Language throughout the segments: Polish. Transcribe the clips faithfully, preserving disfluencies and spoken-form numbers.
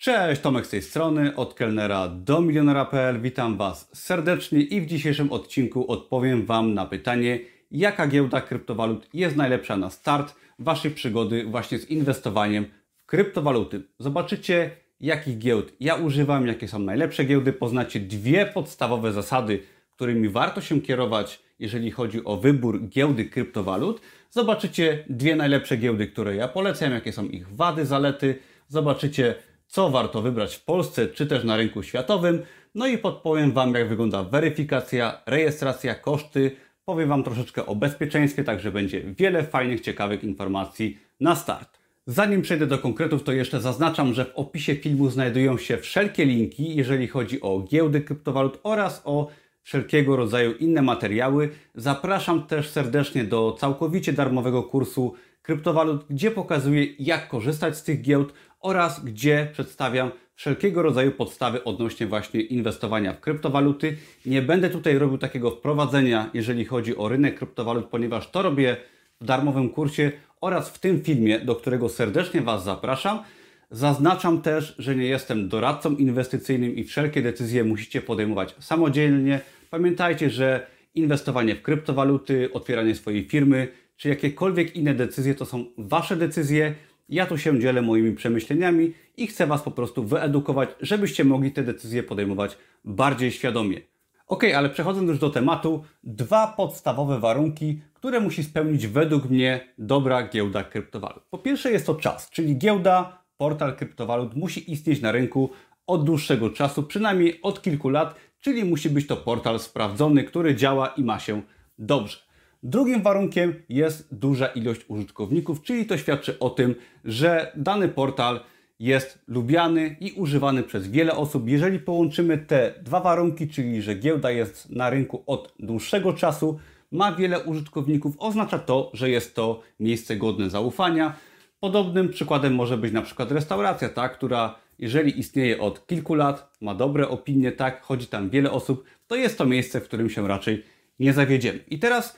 Cześć, Tomek z tej strony, od kelnera do milionera kropka p l. Witam Was serdecznie i w dzisiejszym odcinku odpowiem Wam na pytanie, jaka giełda kryptowalut jest najlepsza na start Waszej przygody właśnie z inwestowaniem w kryptowaluty. Zobaczycie, jakich giełd ja używam, jakie są najlepsze giełdy, poznacie dwie podstawowe zasady, którymi warto się kierować, jeżeli chodzi o wybór giełdy kryptowalut. Zobaczycie dwie najlepsze giełdy, które ja polecam, jakie są ich wady, zalety. Zobaczycie, co warto wybrać w Polsce, czy też na rynku światowym. No i podpowiem Wam, jak wygląda weryfikacja, rejestracja, koszty. Powiem Wam troszeczkę o bezpieczeństwie, także będzie wiele fajnych, ciekawych informacji na start. Zanim przejdę do konkretów, to jeszcze zaznaczam, że w opisie filmu znajdują się wszelkie linki, jeżeli chodzi o giełdy kryptowalut oraz o wszelkiego rodzaju inne materiały. Zapraszam też serdecznie do całkowicie darmowego kursu kryptowalut, gdzie pokazuję, jak korzystać z tych giełd oraz gdzie przedstawiam wszelkiego rodzaju podstawy odnośnie właśnie inwestowania w kryptowaluty. Nie będę tutaj robił takiego wprowadzenia, jeżeli chodzi o rynek kryptowalut, ponieważ to robię w darmowym kursie oraz w tym filmie, do którego serdecznie Was zapraszam. Zaznaczam też, że nie jestem doradcą inwestycyjnym i wszelkie decyzje musicie podejmować samodzielnie. Pamiętajcie, że inwestowanie w kryptowaluty, otwieranie swojej firmy, czy jakiekolwiek inne decyzje to są Wasze decyzje. Ja tu się dzielę moimi przemyśleniami i chcę Was po prostu wyedukować, żebyście mogli te decyzje podejmować bardziej świadomie. Ok, ale przechodząc już do tematu, dwa podstawowe warunki, które musi spełnić według mnie dobra giełda kryptowalut. Po pierwsze jest to czas, czyli giełda, portal kryptowalut musi istnieć na rynku od dłuższego czasu, przynajmniej od kilku lat, czyli musi być to portal sprawdzony, który działa i ma się dobrze. Drugim warunkiem jest duża ilość użytkowników, czyli to świadczy o tym, że dany portal jest lubiany i używany przez wiele osób. Jeżeli połączymy te dwa warunki, czyli że giełda jest na rynku od dłuższego czasu, ma wiele użytkowników, oznacza to, że jest to miejsce godne zaufania. Podobnym przykładem może być na przykład restauracja, tak, która jeżeli istnieje od kilku lat, ma dobre opinie, tak, chodzi tam wiele osób, to jest to miejsce, w którym się raczej nie zawiedziemy. I teraz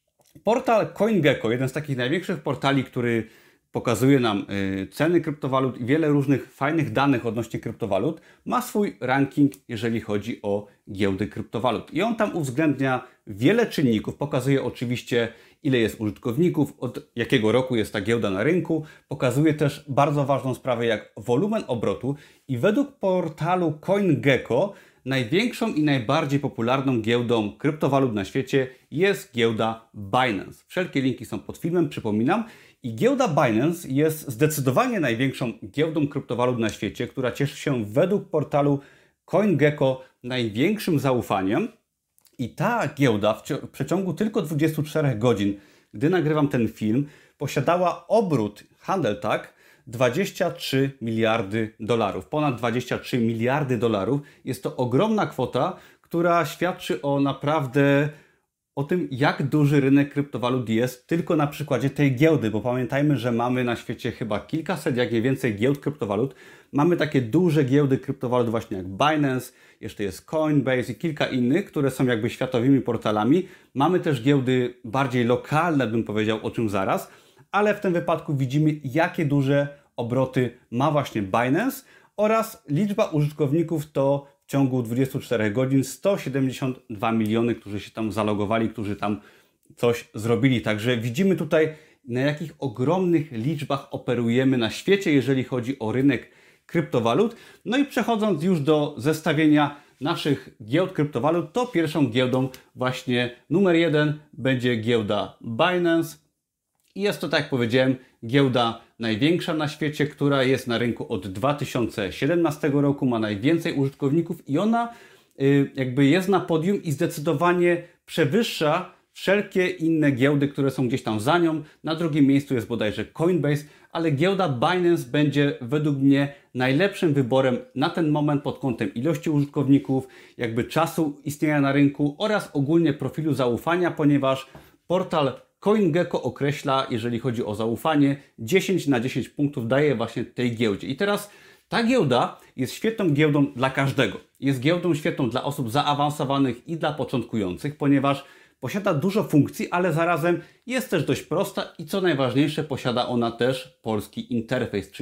portal CoinGecko, jeden z takich największych portali, który pokazuje nam y, ceny kryptowalut i wiele różnych fajnych danych odnośnie kryptowalut, ma swój ranking, jeżeli chodzi o giełdy kryptowalut. I on tam uwzględnia wiele czynników, pokazuje oczywiście, ile jest użytkowników, od jakiego roku jest ta giełda na rynku, pokazuje też bardzo ważną sprawę jak wolumen obrotu i według portalu CoinGecko największą i najbardziej popularną giełdą kryptowalut na świecie jest giełda Binance. Wszelkie linki są pod filmem, przypominam. I giełda Binance jest zdecydowanie największą giełdą kryptowalut na świecie, która cieszy się według portalu CoinGecko największym zaufaniem. I ta giełda w, w przeciągu tylko dwudziestu czterech godzin, gdy nagrywam ten film, posiadała obrót, handel tak, dwadzieścia trzy miliardy dolarów. Ponad dwadzieścia trzy miliardy dolarów. Jest to ogromna kwota, która świadczy o naprawdę o tym, jak duży rynek kryptowalut jest tylko na przykładzie tej giełdy, bo pamiętajmy, że mamy na świecie chyba kilkaset, jak nie więcej giełd kryptowalut. Mamy takie duże giełdy kryptowalut właśnie jak Binance, jeszcze jest Coinbase i kilka innych, które są jakby światowymi portalami. Mamy też giełdy bardziej lokalne, bym powiedział, o czym zaraz, ale w tym wypadku widzimy, jakie duże obroty ma właśnie Binance oraz liczba użytkowników to w ciągu dwudziestu czterech godzin sto siedemdziesiąt dwa miliony, którzy się tam zalogowali, którzy tam coś zrobili. Także widzimy tutaj, na jakich ogromnych liczbach operujemy na świecie, jeżeli chodzi o rynek kryptowalut. No i przechodząc już do zestawienia naszych giełd kryptowalut, to pierwszą giełdą właśnie numer jeden będzie giełda Binance. I jest to, tak jak powiedziałem, giełda największa na świecie, która jest na rynku od dwa tysiące siedemnastego roku, ma najwięcej użytkowników i ona y, jakby jest na podium i zdecydowanie przewyższa wszelkie inne giełdy, które są gdzieś tam za nią. Na drugim miejscu jest bodajże Coinbase, ale giełda Binance będzie według mnie najlepszym wyborem na ten moment pod kątem ilości użytkowników, jakby czasu istnienia na rynku oraz ogólnie profilu zaufania, ponieważ portal CoinGecko określa, jeżeli chodzi o zaufanie, dziesięć na dziesięć punktów daje właśnie tej giełdzie. I teraz ta giełda jest świetną giełdą dla każdego. Jest giełdą świetną dla osób zaawansowanych i dla początkujących, ponieważ posiada dużo funkcji, ale zarazem jest też dość prosta i co najważniejsze, posiada ona też polski interfejs, czyli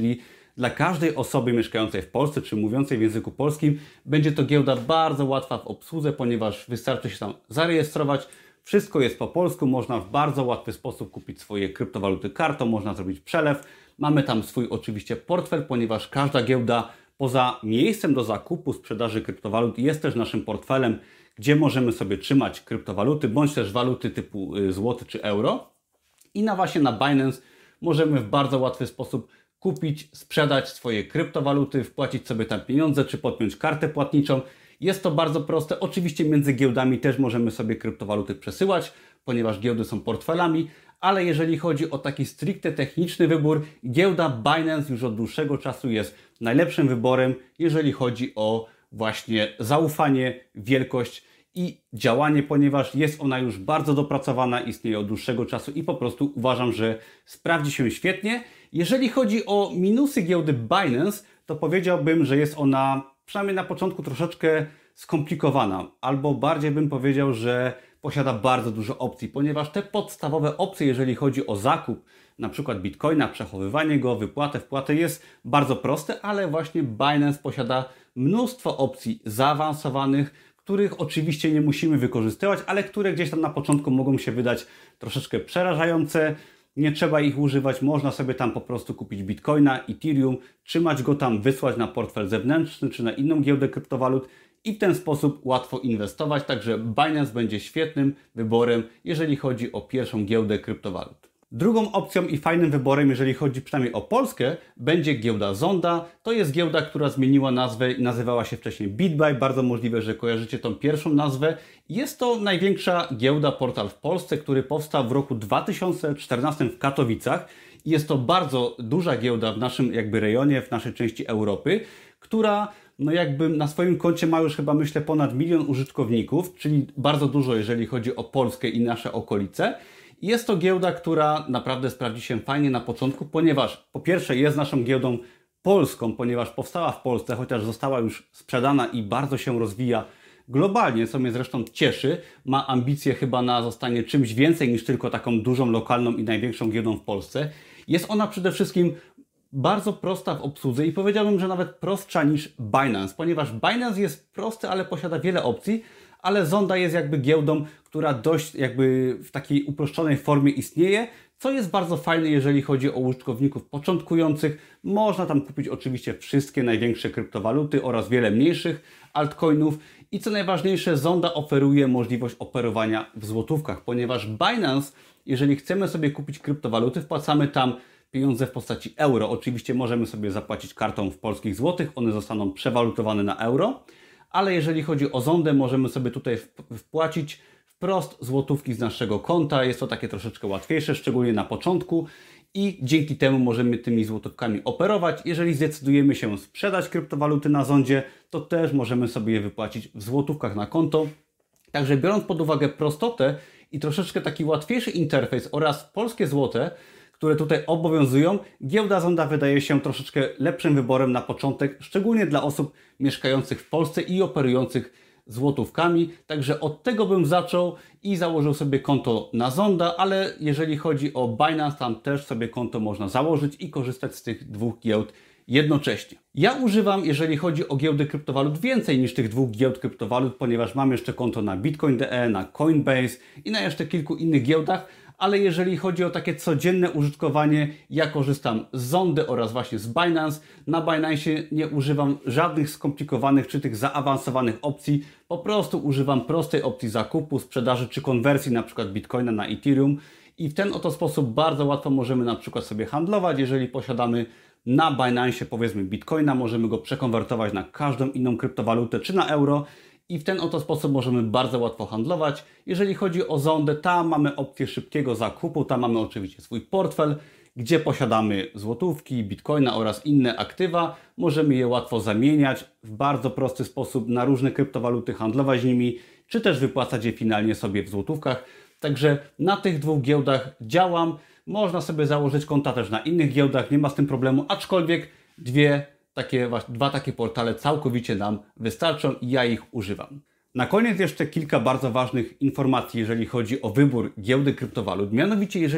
dla każdej osoby mieszkającej w Polsce czy mówiącej w języku polskim będzie to giełda bardzo łatwa w obsłudze, ponieważ wystarczy się tam zarejestrować. Wszystko jest po polsku, można w bardzo łatwy sposób kupić swoje kryptowaluty kartą, można zrobić przelew. Mamy tam swój oczywiście portfel, ponieważ każda giełda poza miejscem do zakupu, sprzedaży kryptowalut jest też naszym portfelem, gdzie możemy sobie trzymać kryptowaluty, bądź też waluty typu złoty czy euro. I na właśnie na Binance możemy w bardzo łatwy sposób kupić, sprzedać swoje kryptowaluty, wpłacić sobie tam pieniądze, czy podpiąć kartę płatniczą. Jest to bardzo proste. Oczywiście między giełdami też możemy sobie kryptowaluty przesyłać, ponieważ giełdy są portfelami, ale jeżeli chodzi o taki stricte techniczny wybór, giełda Binance już od dłuższego czasu jest najlepszym wyborem, jeżeli chodzi o właśnie zaufanie, wielkość i działanie, ponieważ jest ona już bardzo dopracowana, istnieje od dłuższego czasu i po prostu uważam, że sprawdzi się świetnie. Jeżeli chodzi o minusy giełdy Binance, to powiedziałbym, że jest ona przynajmniej na początku troszeczkę skomplikowana, albo bardziej bym powiedział, że posiada bardzo dużo opcji, ponieważ te podstawowe opcje, jeżeli chodzi o zakup, na przykład Bitcoina, przechowywanie go, wypłatę, wpłatę, jest bardzo proste, ale właśnie Binance posiada mnóstwo opcji zaawansowanych, których oczywiście nie musimy wykorzystywać, ale które gdzieś tam na początku mogą się wydać troszeczkę przerażające. Nie trzeba ich używać, można sobie tam po prostu kupić Bitcoina, Ethereum, trzymać go tam, wysłać na portfel zewnętrzny czy na inną giełdę kryptowalut i w ten sposób łatwo inwestować. Także Binance będzie świetnym wyborem, jeżeli chodzi o pierwszą giełdę kryptowalut. Drugą opcją i fajnym wyborem, jeżeli chodzi przynajmniej o Polskę, będzie giełda Zonda. To jest giełda, która zmieniła nazwę i nazywała się wcześniej BitBuy. Bardzo możliwe, że kojarzycie tą pierwszą nazwę. Jest to największa giełda, portal w Polsce, który powstał w roku dwa tysiące czternastym w Katowicach. Jest to bardzo duża giełda w naszym jakby rejonie, w naszej części Europy, która no jakby na swoim koncie ma już chyba myślę ponad milion użytkowników, czyli bardzo dużo, jeżeli chodzi o Polskę i nasze okolice. Jest to giełda, która naprawdę sprawdzi się fajnie na początku, ponieważ po pierwsze jest naszą giełdą polską, ponieważ powstała w Polsce, chociaż została już sprzedana i bardzo się rozwija globalnie, co mnie zresztą cieszy. Ma ambicje chyba na zostanie czymś więcej niż tylko taką dużą, lokalną i największą giełdą w Polsce. Jest ona przede wszystkim bardzo prosta w obsłudze i powiedziałbym, że nawet prostsza niż Binance, ponieważ Binance jest prosty, ale posiada wiele opcji, ale Zonda jest jakby giełdą, która dość jakby w takiej uproszczonej formie istnieje, co jest bardzo fajne, jeżeli chodzi o użytkowników początkujących. Można tam kupić oczywiście wszystkie największe kryptowaluty oraz wiele mniejszych altcoinów i co najważniejsze, Zonda oferuje możliwość operowania w złotówkach, ponieważ Binance, jeżeli chcemy sobie kupić kryptowaluty, wpłacamy tam pieniądze w postaci euro. Oczywiście możemy sobie zapłacić kartą w polskich złotych, one zostaną przewalutowane na euro, ale jeżeli chodzi o Zondę, możemy sobie tutaj wpłacić wprost złotówki z naszego konta. Jest to takie troszeczkę łatwiejsze, szczególnie na początku i dzięki temu możemy tymi złotówkami operować. Jeżeli zdecydujemy się sprzedać kryptowaluty na Zondzie, to też możemy sobie je wypłacić w złotówkach na konto. Także biorąc pod uwagę prostotę i troszeczkę taki łatwiejszy interfejs oraz polskie złote, które tutaj obowiązują, giełda Zonda wydaje się troszeczkę lepszym wyborem na początek, szczególnie dla osób mieszkających w Polsce i operujących złotówkami. Także od tego bym zaczął i założył sobie konto na Zonda, ale jeżeli chodzi o Binance, tam też sobie konto można założyć i korzystać z tych dwóch giełd jednocześnie. Ja używam, jeżeli chodzi o giełdy kryptowalut, więcej niż tych dwóch giełd kryptowalut, ponieważ mam jeszcze konto na bitcoin kropka de, na Coinbase i na jeszcze kilku innych giełdach, ale jeżeli chodzi o takie codzienne użytkowanie, ja korzystam z Zondy oraz właśnie z Binance. Na Binance nie używam żadnych skomplikowanych czy tych zaawansowanych opcji, po prostu używam prostej opcji zakupu, sprzedaży czy konwersji na przykład Bitcoina na Ethereum i w ten oto sposób bardzo łatwo możemy na przykład sobie handlować. Jeżeli posiadamy na Binance powiedzmy Bitcoina, możemy go przekonwertować na każdą inną kryptowalutę czy na euro i w ten oto sposób możemy bardzo łatwo handlować. Jeżeli chodzi o Zondę, tam mamy opcję szybkiego zakupu, tam mamy oczywiście swój portfel, gdzie posiadamy złotówki, bitcoina oraz inne aktywa. Możemy je łatwo zamieniać w bardzo prosty sposób na różne kryptowaluty, handlować nimi, czy też wypłacać je finalnie sobie w złotówkach. Także na tych dwóch giełdach działam. Można sobie założyć konta też na innych giełdach, nie ma z tym problemu, aczkolwiek dwie Takie, dwa takie portale całkowicie nam wystarczą i ja ich używam. Na koniec jeszcze kilka bardzo ważnych informacji, jeżeli chodzi o wybór giełdy kryptowalut. Mianowicie, jeżeli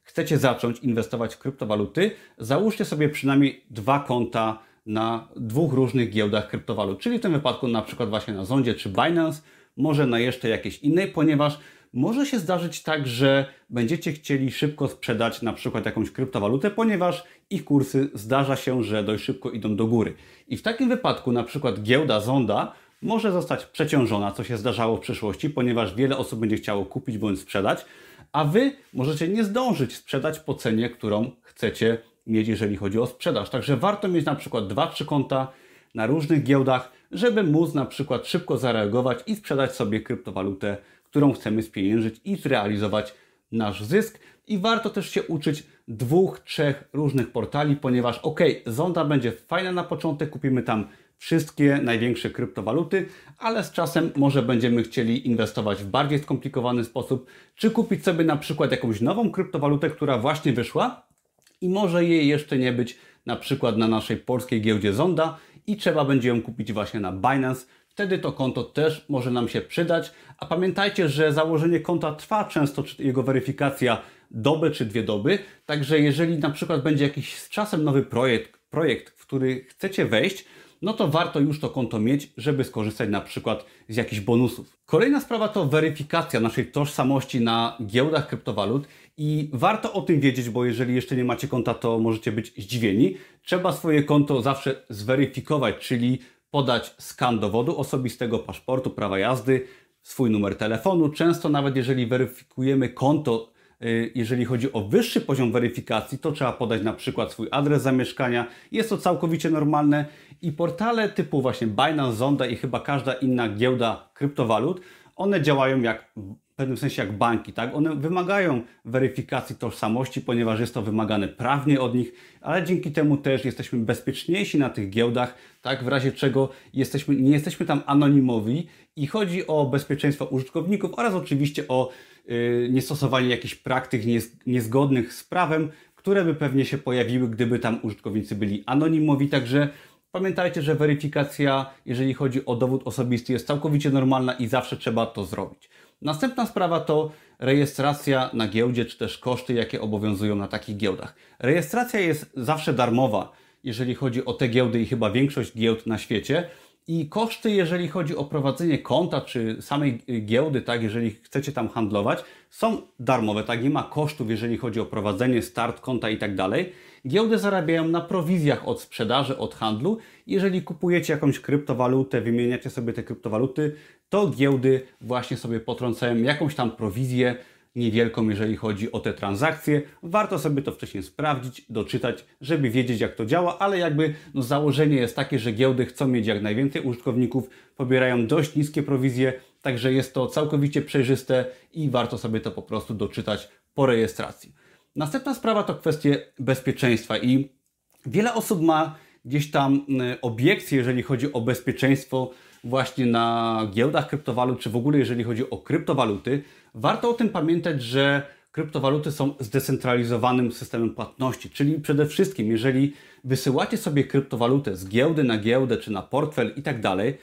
chcecie zacząć inwestować w kryptowaluty, załóżcie sobie przynajmniej dwa konta na dwóch różnych giełdach kryptowalut, czyli w tym wypadku na przykład właśnie na Zondzie czy Binance, może na jeszcze jakiejś innej, ponieważ może się zdarzyć tak, że będziecie chcieli szybko sprzedać na przykład jakąś kryptowalutę, ponieważ ich kursy zdarza się, że dość szybko idą do góry. I w takim wypadku na przykład giełda Zonda może zostać przeciążona, co się zdarzało w przeszłości, ponieważ wiele osób będzie chciało kupić bądź sprzedać, a Wy możecie nie zdążyć sprzedać po cenie, którą chcecie mieć, jeżeli chodzi o sprzedaż. Także warto mieć na przykład dwa trzy konta na różnych giełdach, żeby móc na przykład szybko zareagować i sprzedać sobie kryptowalutę, którą chcemy spieniężyć i zrealizować nasz zysk. I warto też się uczyć dwóch, trzech różnych portali, ponieważ ok, Zonda będzie fajna na początek, kupimy tam wszystkie największe kryptowaluty, ale z czasem może będziemy chcieli inwestować w bardziej skomplikowany sposób, czy kupić sobie na przykład jakąś nową kryptowalutę, która właśnie wyszła i może jej jeszcze nie być na przykład na naszej polskiej giełdzie Zonda i trzeba będzie ją kupić właśnie na Binance. Wtedy to konto też może nam się przydać, a pamiętajcie, że założenie konta trwa często, czy jego weryfikacja dobę czy dwie doby, także jeżeli na przykład będzie jakiś z czasem nowy projekt, projekt, w który chcecie wejść, no to warto już to konto mieć, żeby skorzystać na przykład z jakichś bonusów. Kolejna sprawa to weryfikacja naszej tożsamości na giełdach kryptowalut i warto o tym wiedzieć, bo jeżeli jeszcze nie macie konta, to możecie być zdziwieni. Trzeba swoje konto zawsze zweryfikować, czyli podać skan dowodu osobistego, paszportu, prawa jazdy, swój numer telefonu. Często nawet jeżeli weryfikujemy konto, jeżeli chodzi o wyższy poziom weryfikacji, to trzeba podać na przykład swój adres zamieszkania. Jest to całkowicie normalne i portale typu właśnie Binance, Zonda i chyba każda inna giełda kryptowalut, one działają jak w pewnym sensie jak banki, tak? One wymagają weryfikacji tożsamości, ponieważ jest to wymagane prawnie od nich, ale dzięki temu też jesteśmy bezpieczniejsi na tych giełdach, tak? W razie czego jesteśmy, nie jesteśmy tam anonimowi i chodzi o bezpieczeństwo użytkowników oraz oczywiście o yy, niestosowanie jakichś praktyk niez, niezgodnych z prawem, które by pewnie się pojawiły, gdyby tam użytkownicy byli anonimowi, także pamiętajcie, że weryfikacja, jeżeli chodzi o dowód osobisty, jest całkowicie normalna i zawsze trzeba to zrobić. Następna sprawa to rejestracja na giełdzie, czy też koszty, jakie obowiązują na takich giełdach. Rejestracja jest zawsze darmowa, jeżeli chodzi o te giełdy i chyba większość giełd na świecie. I koszty, jeżeli chodzi o prowadzenie konta, czy samej giełdy, tak, jeżeli chcecie tam handlować, są darmowe, tak, nie ma kosztów, jeżeli chodzi o prowadzenie, start konta i tak dalej. Giełdy zarabiają na prowizjach od sprzedaży, od handlu. Jeżeli kupujecie jakąś kryptowalutę, wymieniacie sobie te kryptowaluty, to giełdy właśnie sobie potrącają jakąś tam prowizję niewielką, jeżeli chodzi o te transakcje. Warto sobie to wcześniej sprawdzić, doczytać, żeby wiedzieć, jak to działa, ale jakby no, założenie jest takie, że giełdy chcą mieć jak najwięcej użytkowników, pobierają dość niskie prowizje, także jest to całkowicie przejrzyste i warto sobie to po prostu doczytać po rejestracji. Następna sprawa to kwestie bezpieczeństwa i wiele osób ma gdzieś tam obiekcje, jeżeli chodzi o bezpieczeństwo właśnie na giełdach kryptowalut, czy w ogóle jeżeli chodzi o kryptowaluty. Warto o tym pamiętać, że kryptowaluty są zdecentralizowanym systemem płatności, czyli przede wszystkim jeżeli wysyłacie sobie kryptowalutę z giełdy na giełdę, czy na portfel i tak dalej,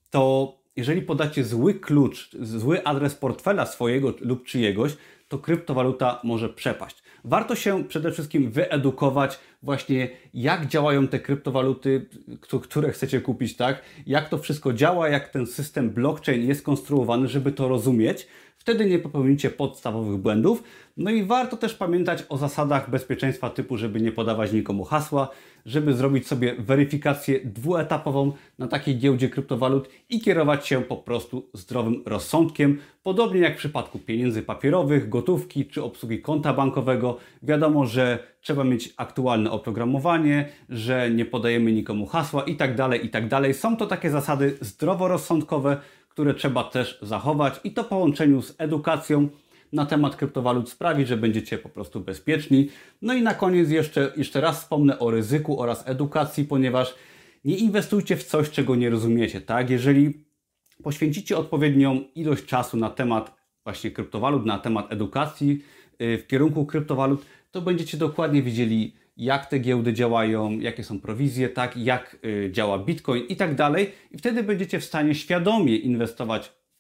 to jeżeli podacie zły klucz, zły adres portfela swojego lub czyjegoś, to kryptowaluta może przepaść. Warto się przede wszystkim wyedukować właśnie, jak działają te kryptowaluty, które chcecie kupić, tak? Jak to wszystko działa, jak ten system blockchain jest konstruowany, żeby to rozumieć. Wtedy nie popełnicie podstawowych błędów. No i warto też pamiętać o zasadach bezpieczeństwa typu, żeby nie podawać nikomu hasła, żeby zrobić sobie weryfikację dwuetapową na takiej giełdzie kryptowalut i kierować się po prostu zdrowym rozsądkiem. Podobnie jak w przypadku pieniędzy papierowych, gotówki czy obsługi konta bankowego. Wiadomo, że trzeba mieć aktualne oprogramowanie, że nie podajemy nikomu hasła i tak dalej, i tak dalej. Są to takie zasady zdroworozsądkowe, które trzeba też zachować i to w połączeniu z edukacją na temat kryptowalut sprawi, że będziecie po prostu bezpieczni. No i na koniec jeszcze, jeszcze raz wspomnę o ryzyku oraz edukacji, ponieważ nie inwestujcie w coś, czego nie rozumiecie, tak? Jeżeli poświęcicie odpowiednią ilość czasu na temat właśnie kryptowalut, na temat edukacji w kierunku kryptowalut, to będziecie dokładnie wiedzieli, jak te giełdy działają, jakie są prowizje, tak, jak działa Bitcoin i tak dalej. I wtedy będziecie w stanie świadomie inwestować w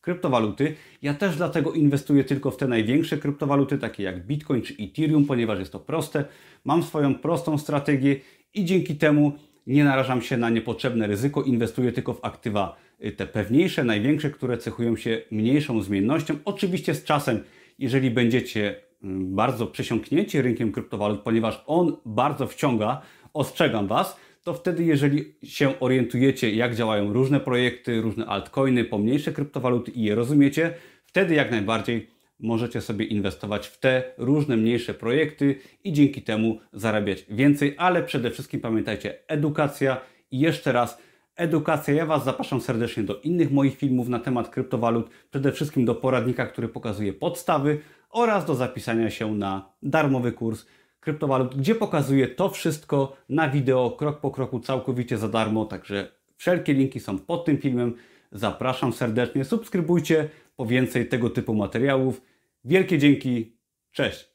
kryptowaluty. Ja też dlatego inwestuję tylko w te największe kryptowaluty, takie jak Bitcoin czy Ethereum, ponieważ jest to proste. Mam swoją prostą strategię i dzięki temu nie narażam się na niepotrzebne ryzyko. Inwestuję tylko w aktywa te pewniejsze, największe, które cechują się mniejszą zmiennością. Oczywiście z czasem, jeżeli będziecie bardzo przesiąknięci rynkiem kryptowalut, ponieważ on bardzo wciąga, ostrzegam Was, to wtedy, jeżeli się orientujecie, jak działają różne projekty, różne altcoiny, pomniejsze kryptowaluty i je rozumiecie, wtedy jak najbardziej możecie sobie inwestować w te różne mniejsze projekty i dzięki temu zarabiać więcej, ale przede wszystkim pamiętajcie, edukacja i jeszcze raz edukacja. Ja Was zapraszam serdecznie do innych moich filmów na temat kryptowalut, przede wszystkim do poradnika, który pokazuje podstawy oraz do zapisania się na darmowy kurs kryptowalut, gdzie pokazuję to wszystko na wideo, krok po kroku, całkowicie za darmo, także wszelkie linki są pod tym filmem. Zapraszam serdecznie, subskrybujcie po więcej tego typu materiałów. Wielkie dzięki, cześć!